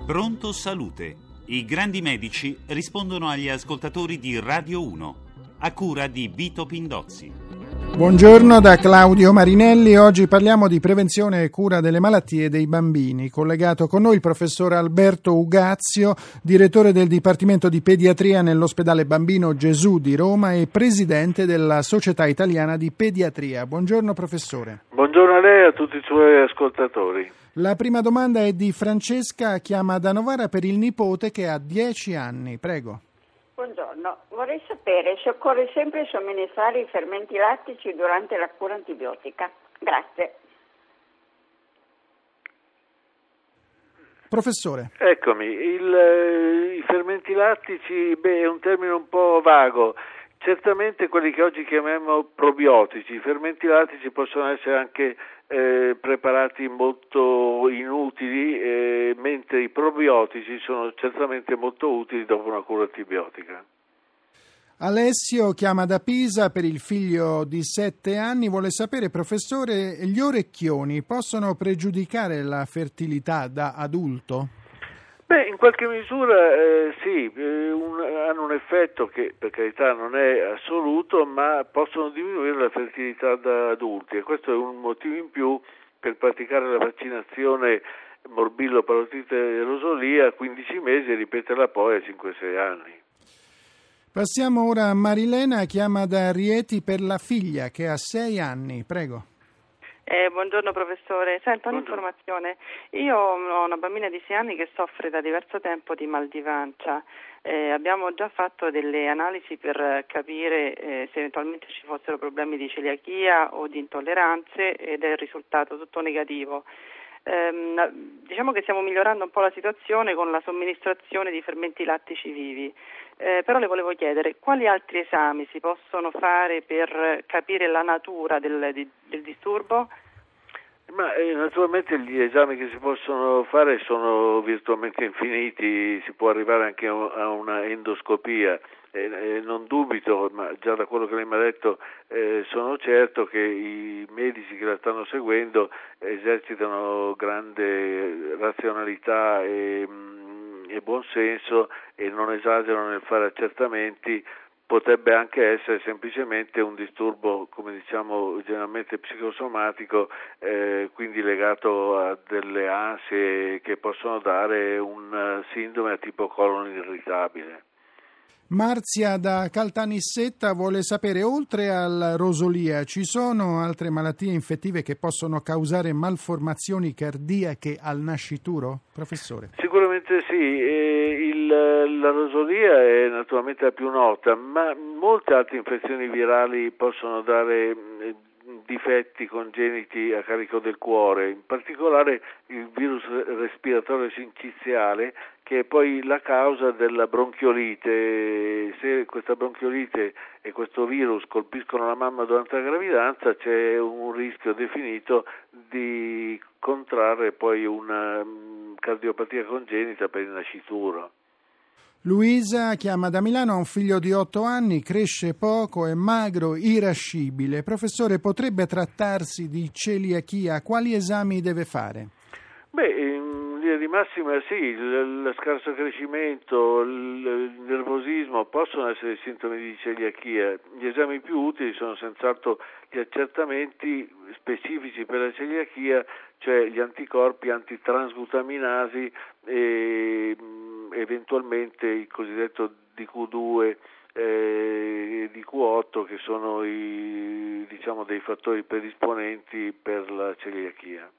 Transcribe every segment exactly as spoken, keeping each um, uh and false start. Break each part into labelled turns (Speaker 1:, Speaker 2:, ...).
Speaker 1: Pronto Salute. I grandi medici rispondono agli ascoltatori di Radio uno, a cura di Vito Pindozzi.
Speaker 2: Buongiorno da Claudio Marinelli. Oggi parliamo di prevenzione e cura delle malattie dei bambini. Collegato con noi il professor Alberto Ugazio, direttore del Dipartimento di Pediatria nell'Ospedale Bambino Gesù di Roma e presidente della Società Italiana di Pediatria. Buongiorno professore.
Speaker 3: Buongiorno a lei e a tutti i suoi ascoltatori.
Speaker 2: La prima domanda è di Francesca, chiama da Novara per il nipote che ha dieci anni. Prego.
Speaker 4: Buongiorno, vorrei sapere se occorre sempre somministrare i fermenti lattici durante la cura antibiotica. Grazie.
Speaker 2: Professore.
Speaker 3: Eccomi, il, i fermenti lattici beh, è un termine un po' vago. Certamente quelli che oggi chiamiamo probiotici, i fermenti lattici possono essere anche eh, preparati molto inutili, eh, mentre i probiotici sono certamente molto utili dopo una cura antibiotica.
Speaker 2: Alessio chiama da Pisa per il figlio di sette anni, vuole sapere, professore, gli orecchioni possono pregiudicare la fertilità da adulto?
Speaker 3: Beh, in qualche misura eh, sì, eh, un, hanno un effetto che per carità non è assoluto, ma possono diminuire la fertilità da adulti e questo è un motivo in più per praticare la vaccinazione morbillo parotite rosolia a quindici mesi e ripeterla poi a cinque sei anni.
Speaker 2: Passiamo ora a Marilena, chiama da Rieti per la figlia che ha sei anni, prego.
Speaker 5: Eh, buongiorno professore, senta un'informazione, io ho una bambina di sei anni che soffre da diverso tempo di mal di pancia, eh, abbiamo già fatto delle analisi per capire eh, se eventualmente ci fossero problemi di celiachia o di intolleranze ed è il risultato tutto negativo. Eh, diciamo che stiamo migliorando un po' la situazione con la somministrazione di fermenti lattici vivi, eh, però le volevo chiedere quali altri esami si possono fare per capire la natura del, di, del disturbo?
Speaker 3: Ma eh, naturalmente gli esami che si possono fare sono virtualmente infiniti, si può arrivare anche a una endoscopia. Eh, eh, non dubito, ma già da quello che lei mi ha detto eh, sono certo che i medici che la stanno seguendo esercitano grande razionalità e, mh, e buonsenso e non esagerano nel fare accertamenti. Potrebbe anche essere semplicemente un disturbo, come diciamo generalmente psicosomatico, eh, quindi legato a delle ansie che possono dare un sindrome a tipo colon irritabile.
Speaker 2: Marzia da Caltanissetta vuole sapere, oltre alla rosolia, ci sono altre malattie infettive che possono causare malformazioni cardiache al nascituro? Professore.
Speaker 3: Sicuramente sì, eh, il, la rosolia è naturalmente la più nota, ma molte altre infezioni virali possono dare eh, difetti congeniti a carico del cuore, in particolare il virus respiratorio sinciziale, che è poi la causa della bronchiolite. Se questa bronchiolite e questo virus colpiscono la mamma durante la gravidanza c'è un rischio definito di contrarre poi una cardiopatia congenita per il nascituro.
Speaker 2: Luisa chiama da Milano, ha un figlio di otto anni, cresce poco, è magro, irascibile. Professore, potrebbe trattarsi di celiachia? Quali esami deve fare?
Speaker 3: Beh, in linea di massima sì, il, lo scarso crescimento, il, il nervosismo possono essere sintomi di celiachia. Gli esami più utili sono senz'altro gli accertamenti specifici per la celiachia, cioè gli anticorpi antitransglutaminasi e eventualmente il cosiddetto D Q due e eh, D Q otto, che sono i, diciamo, dei fattori predisponenti per la celiachia.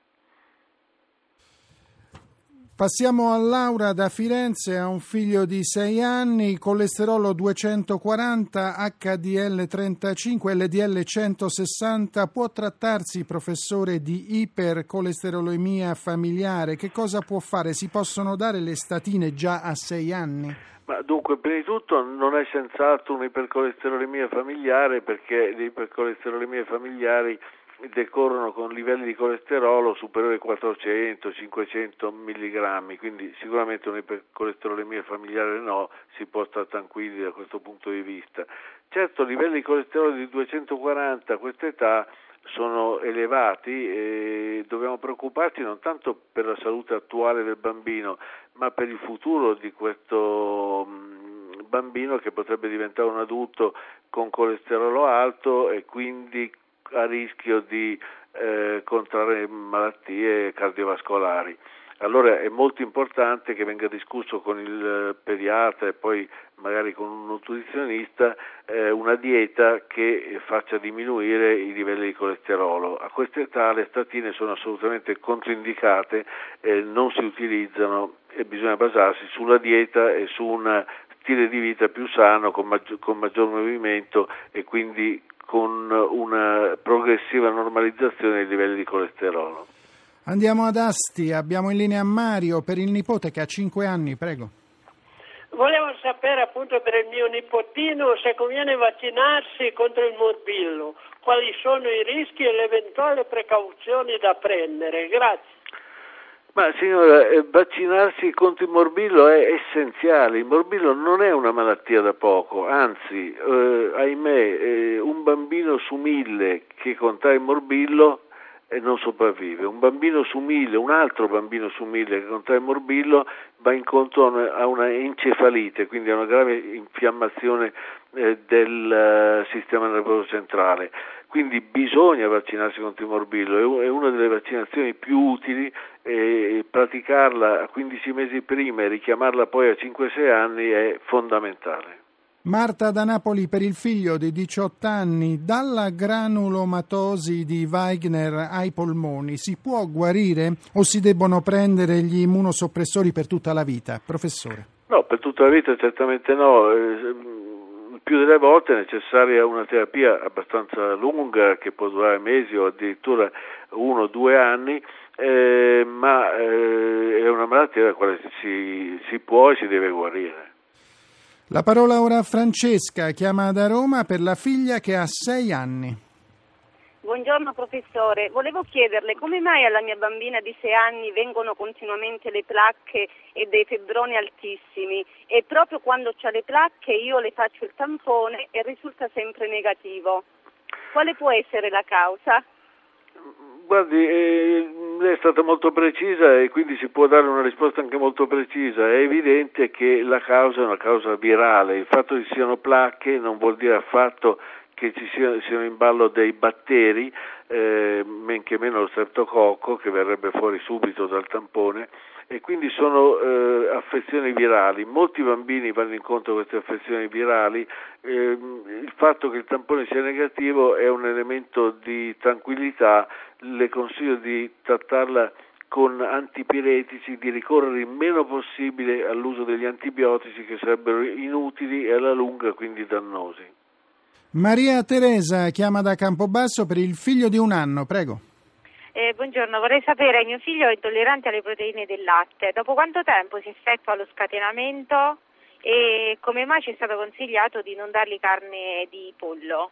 Speaker 2: Passiamo a Laura da Firenze, ha un figlio di sei anni, colesterolo duecentoquaranta, H D L trentacinque, L D L centosessanta. Può trattarsi, professore, di ipercolesterolemia familiare? Che cosa può fare? Si possono dare le statine già a sei anni?
Speaker 3: Ma dunque, prima di tutto non è senz'altro un'ipercolesterolemia familiare, perché le ipercolesterolemie familiari decorrono con livelli di colesterolo superiori ai quattrocento cinquecento milligrammi, quindi sicuramente un'ipercolesterolemia familiare no, si può stare tranquilli da questo punto di vista. Certo, livelli di colesterolo di duecentoquaranta a questa età sono elevati e dobbiamo preoccuparci non tanto per la salute attuale del bambino, ma per il futuro di questo bambino che potrebbe diventare un adulto con colesterolo alto e quindi a rischio di eh, contrarre malattie cardiovascolari. Allora è molto importante che venga discusso con il pediatra e poi magari con un nutrizionista eh, una dieta che faccia diminuire i livelli di colesterolo. A questa età le statine sono assolutamente controindicate, eh, non si utilizzano e bisogna basarsi sulla dieta e su un stile di vita più sano, con, maggior, con maggior movimento e quindi con una progressiva normalizzazione dei livelli di colesterolo.
Speaker 2: Andiamo ad Asti, abbiamo in linea Mario per il nipote che ha cinque anni, prego.
Speaker 6: Volevo sapere appunto per il mio nipotino se conviene vaccinarsi contro il morbillo, quali sono i rischi e le eventuali precauzioni da prendere. Grazie.
Speaker 3: Ma signora, eh, vaccinarsi contro il morbillo è essenziale. Il morbillo non è una malattia da poco, anzi, eh, ahimè, eh, un bambino su mille che contrae il morbillo e non sopravvive. Un bambino su mille, un altro bambino su mille che contrae il morbillo va incontro a una, a una encefalite, quindi a una grave infiammazione eh, del uh, sistema nervoso centrale. Quindi bisogna vaccinarsi contro il morbillo, è una delle vaccinazioni più utili e praticarla a quindici mesi prima e richiamarla poi a cinque sei anni è fondamentale.
Speaker 2: Marta da Napoli per il figlio di diciotto anni, dalla granulomatosi di Wegener ai polmoni si può guarire o si debbono prendere gli immunosoppressori per tutta la vita? Professore.
Speaker 3: No, per tutta la vita certamente no. Il più delle volte è necessaria una terapia abbastanza lunga che può durare mesi o addirittura uno o due anni, eh, ma eh, è una malattia dalla quale si, si può e si deve guarire.
Speaker 2: La parola ora a Francesca, chiama da Roma per la figlia che ha sei anni.
Speaker 7: Buongiorno professore, volevo chiederle come mai alla mia bambina di sei anni vengono continuamente le placche e dei febbroni altissimi e proprio quando c'ha le placche io le faccio il tampone e risulta sempre negativo. Quale può essere la causa?
Speaker 3: Guardi, eh, lei è stata molto precisa e quindi si può dare una risposta anche molto precisa. È evidente che la causa è una causa virale. Il fatto che ci siano placche non vuol dire affatto che ci siano, siano in ballo dei batteri, eh, men che meno lo streptococco che verrebbe fuori subito dal tampone, e quindi sono eh, affezioni virali. Molti bambini vanno incontro a queste affezioni virali. Eh, il fatto che il tampone sia negativo è un elemento di tranquillità. Le consiglio di trattarla con antipiretici, di ricorrere il meno possibile all'uso degli antibiotici che sarebbero inutili e alla lunga quindi dannosi.
Speaker 2: Maria Teresa chiama da Campobasso per il figlio di un anno, prego.
Speaker 8: Eh, buongiorno, vorrei sapere, mio figlio è intollerante alle proteine del latte, dopo quanto tempo si effettua lo scatenamento e come mai ci è stato consigliato di non dargli carne di pollo?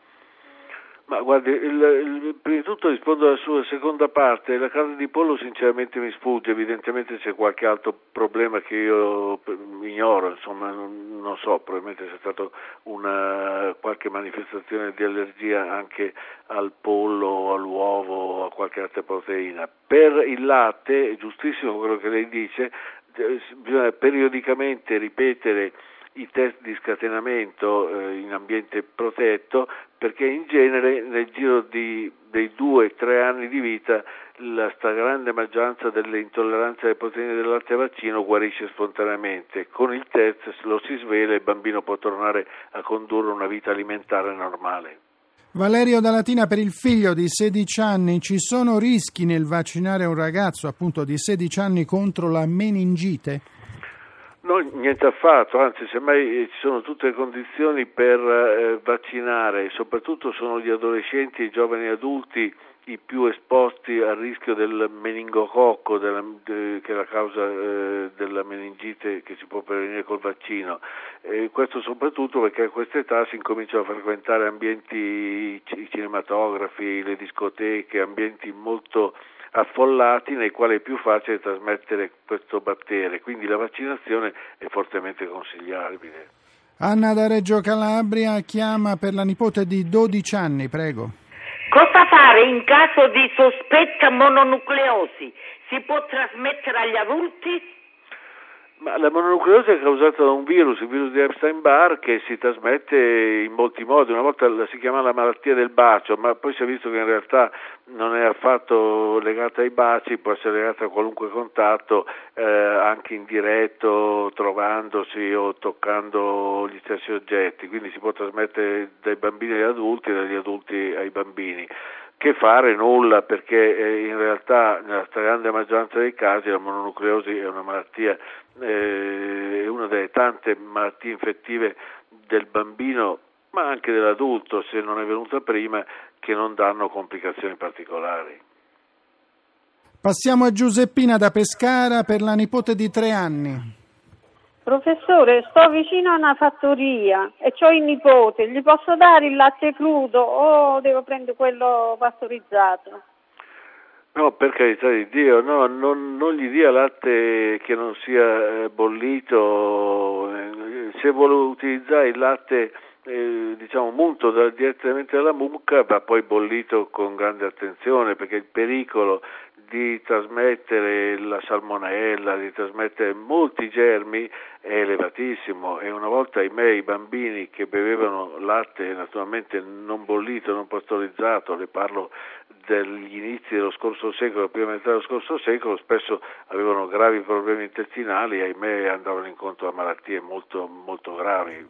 Speaker 3: Ma guardi, il, il, prima di tutto rispondo alla sua seconda parte. La carne di pollo sinceramente mi sfugge, evidentemente c'è qualche altro problema che io ignoro, insomma non, non so, probabilmente c'è stata una qualche manifestazione di allergia anche al pollo o all'uovo o a qualche altra proteina. Per il latte, è giustissimo quello che lei dice, bisogna periodicamente ripetere i test di scatenamento eh, in ambiente protetto, perché in genere nel giro di, dei due tre anni di vita la stragrande maggioranza delle intolleranze alle proteine del latte vaccino guarisce spontaneamente. Con il test lo si svela e il bambino può tornare a condurre una vita alimentare normale.
Speaker 2: Valerio da Latina per il figlio di sedici anni, ci sono rischi nel vaccinare un ragazzo appunto di sedici anni contro la meningite?
Speaker 3: No, niente affatto, anzi semmai ci sono tutte le condizioni per eh, vaccinare, soprattutto sono gli adolescenti e i giovani adulti i più esposti al rischio del meningococco, della, de, che è la causa eh, della meningite che si può prevenire col vaccino. E questo soprattutto perché a questa età si incominciano a frequentare ambienti, i cinematografi, le discoteche, ambienti molto affollati nei quali è più facile trasmettere questo batterio, quindi la vaccinazione è fortemente consigliabile.
Speaker 2: Anna da Reggio Calabria chiama per la nipote di dodici anni, prego.
Speaker 9: Cosa fa fare in caso di sospetta mononucleosi? Si può trasmettere agli adulti?
Speaker 3: Ma la mononucleosi è causata da un virus, il virus di Epstein-Barr, che si trasmette in molti modi. Una volta la si chiamava la malattia del bacio, ma poi si è visto che in realtà non è affatto legata ai baci, può essere legata a qualunque contatto, eh, anche indiretto, trovandosi o toccando gli stessi oggetti, quindi si può trasmettere dai bambini agli adulti e dagli adulti ai bambini. Che fare? Nulla, perché eh, in realtà nella stragrande maggioranza dei casi la mononucleosi è una malattia, eh, è una delle tante malattie infettive del bambino, ma anche dell'adulto, se non è venuta prima, che non danno complicazioni particolari.
Speaker 2: Passiamo a Giuseppina da Pescara per la nipote di tre anni.
Speaker 10: Professore, sto vicino a una fattoria e c'ho il nipote, gli posso dare il latte crudo o devo prendere quello pastorizzato?
Speaker 3: No, per carità di Dio, no, non, non gli dia latte che non sia eh, bollito. Se vuole utilizzare il latte eh, diciamo munto da, direttamente dalla mucca, va poi bollito con grande attenzione, perché il pericolo di trasmettere la salmonella, di trasmettere molti germi è elevatissimo, e una volta, ahimè, i bambini che bevevano latte naturalmente non bollito, non pastorizzato, le parlo degli inizi dello scorso secolo, prima metà dello scorso secolo, spesso avevano gravi problemi intestinali e ahimè andavano incontro a malattie molto, molto gravi.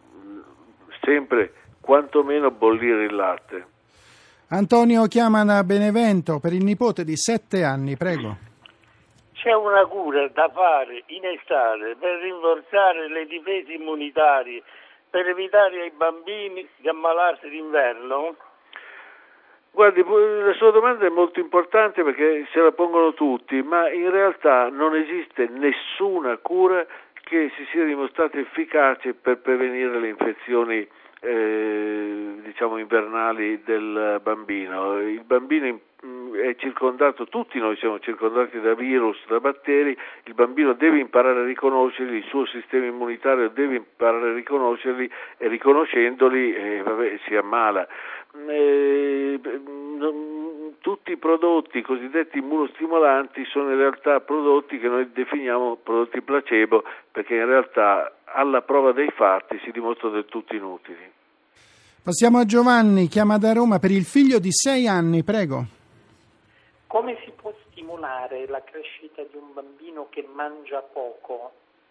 Speaker 3: Sempre quantomeno bollire il latte.
Speaker 2: Antonio chiama da Benevento per il nipote di sette anni, prego.
Speaker 11: C'è una cura da fare in estate per rinforzare le difese immunitarie, per evitare ai bambini di ammalarsi d'inverno?
Speaker 3: Guardi, la sua domanda è molto importante perché se la pongono tutti, ma in realtà non esiste nessuna cura che si sia dimostrata efficace per prevenire le infezioni eh, diciamo invernali del bambino. Il bambino è circondato, tutti noi siamo circondati da virus, da batteri, il bambino deve imparare a riconoscerli, il suo sistema immunitario deve imparare a riconoscerli e riconoscendoli eh, vabbè, si ammala. Eh, non, tutti i prodotti cosiddetti immunostimolanti sono in realtà prodotti che noi definiamo prodotti placebo, perché in realtà alla prova dei fatti si dimostrano del tutto inutili.
Speaker 2: Passiamo a Giovanni, chiama da Roma per il figlio di sei anni, prego.
Speaker 12: Come si può stimolare la crescita di un bambino che mangia poco?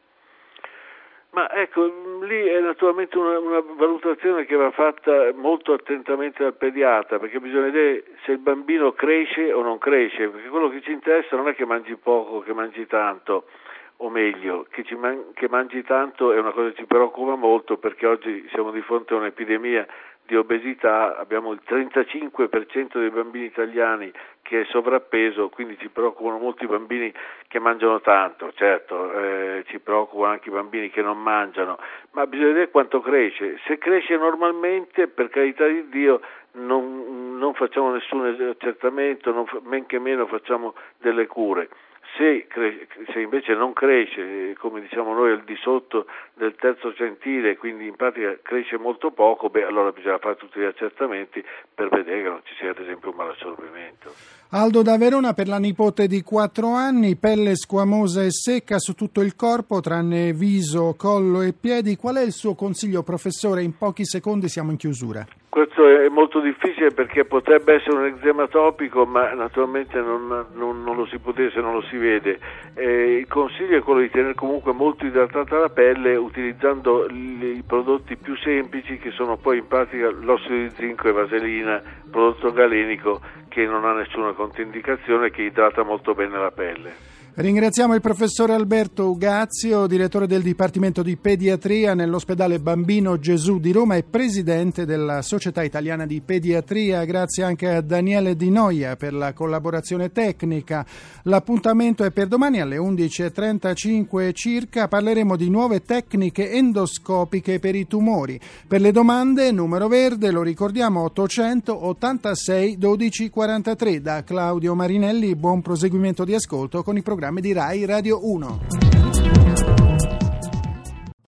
Speaker 3: Ma ecco, lì è naturalmente una, una valutazione che va fatta molto attentamente dal pediatra, perché bisogna vedere se il bambino cresce o non cresce, perché quello che ci interessa non è che mangi poco, che mangi tanto, o meglio, che, ci man- che mangi tanto è una cosa che ci preoccupa molto, perché oggi siamo di fronte a un'epidemia di obesità, abbiamo il trentacinque per cento dei bambini italiani che è sovrappeso, quindi ci preoccupano molto i bambini che mangiano tanto, certo, eh, ci preoccupano anche i bambini che non mangiano, ma bisogna vedere quanto cresce. Se cresce normalmente, per carità di Dio, non, non facciamo nessun accertamento, non, men che meno facciamo delle cure. Se, cre- se invece non cresce, come diciamo noi, al di sotto del terzo centile, quindi in pratica cresce molto poco, beh allora bisogna fare tutti gli accertamenti per vedere che non ci sia ad esempio un malassorbimento.
Speaker 2: Aldo da Verona per la nipote di quattro anni, pelle squamosa e secca su tutto il corpo, tranne viso, collo e piedi. Qual è il suo consiglio, professore? In pochi secondi siamo in chiusura.
Speaker 3: Questo è molto difficile perché potrebbe essere un eczema topico, ma naturalmente non, non, non lo si può dire se non lo si vede. Eh, il consiglio è quello di tenere comunque molto idratata la pelle utilizzando i prodotti più semplici, che sono poi in pratica l'ossido di zinco e vaselina, prodotto galenico che non ha nessuna controindicazione, che idrata molto bene la pelle.
Speaker 2: Ringraziamo il professore Alberto Ugazio, direttore del Dipartimento di Pediatria nell'ospedale Bambino Gesù di Roma e presidente della Società Italiana di Pediatria. Grazie anche a Daniele Di Noia per la collaborazione tecnica. L'appuntamento è per domani alle undici e trentacinque circa. Parleremo di nuove tecniche endoscopiche per i tumori. Per le domande, numero verde, lo ricordiamo, ottocento ottantasei dodici quarantatré. Da Claudio Marinelli, buon proseguimento di ascolto con i programmi di Rai Radio uno.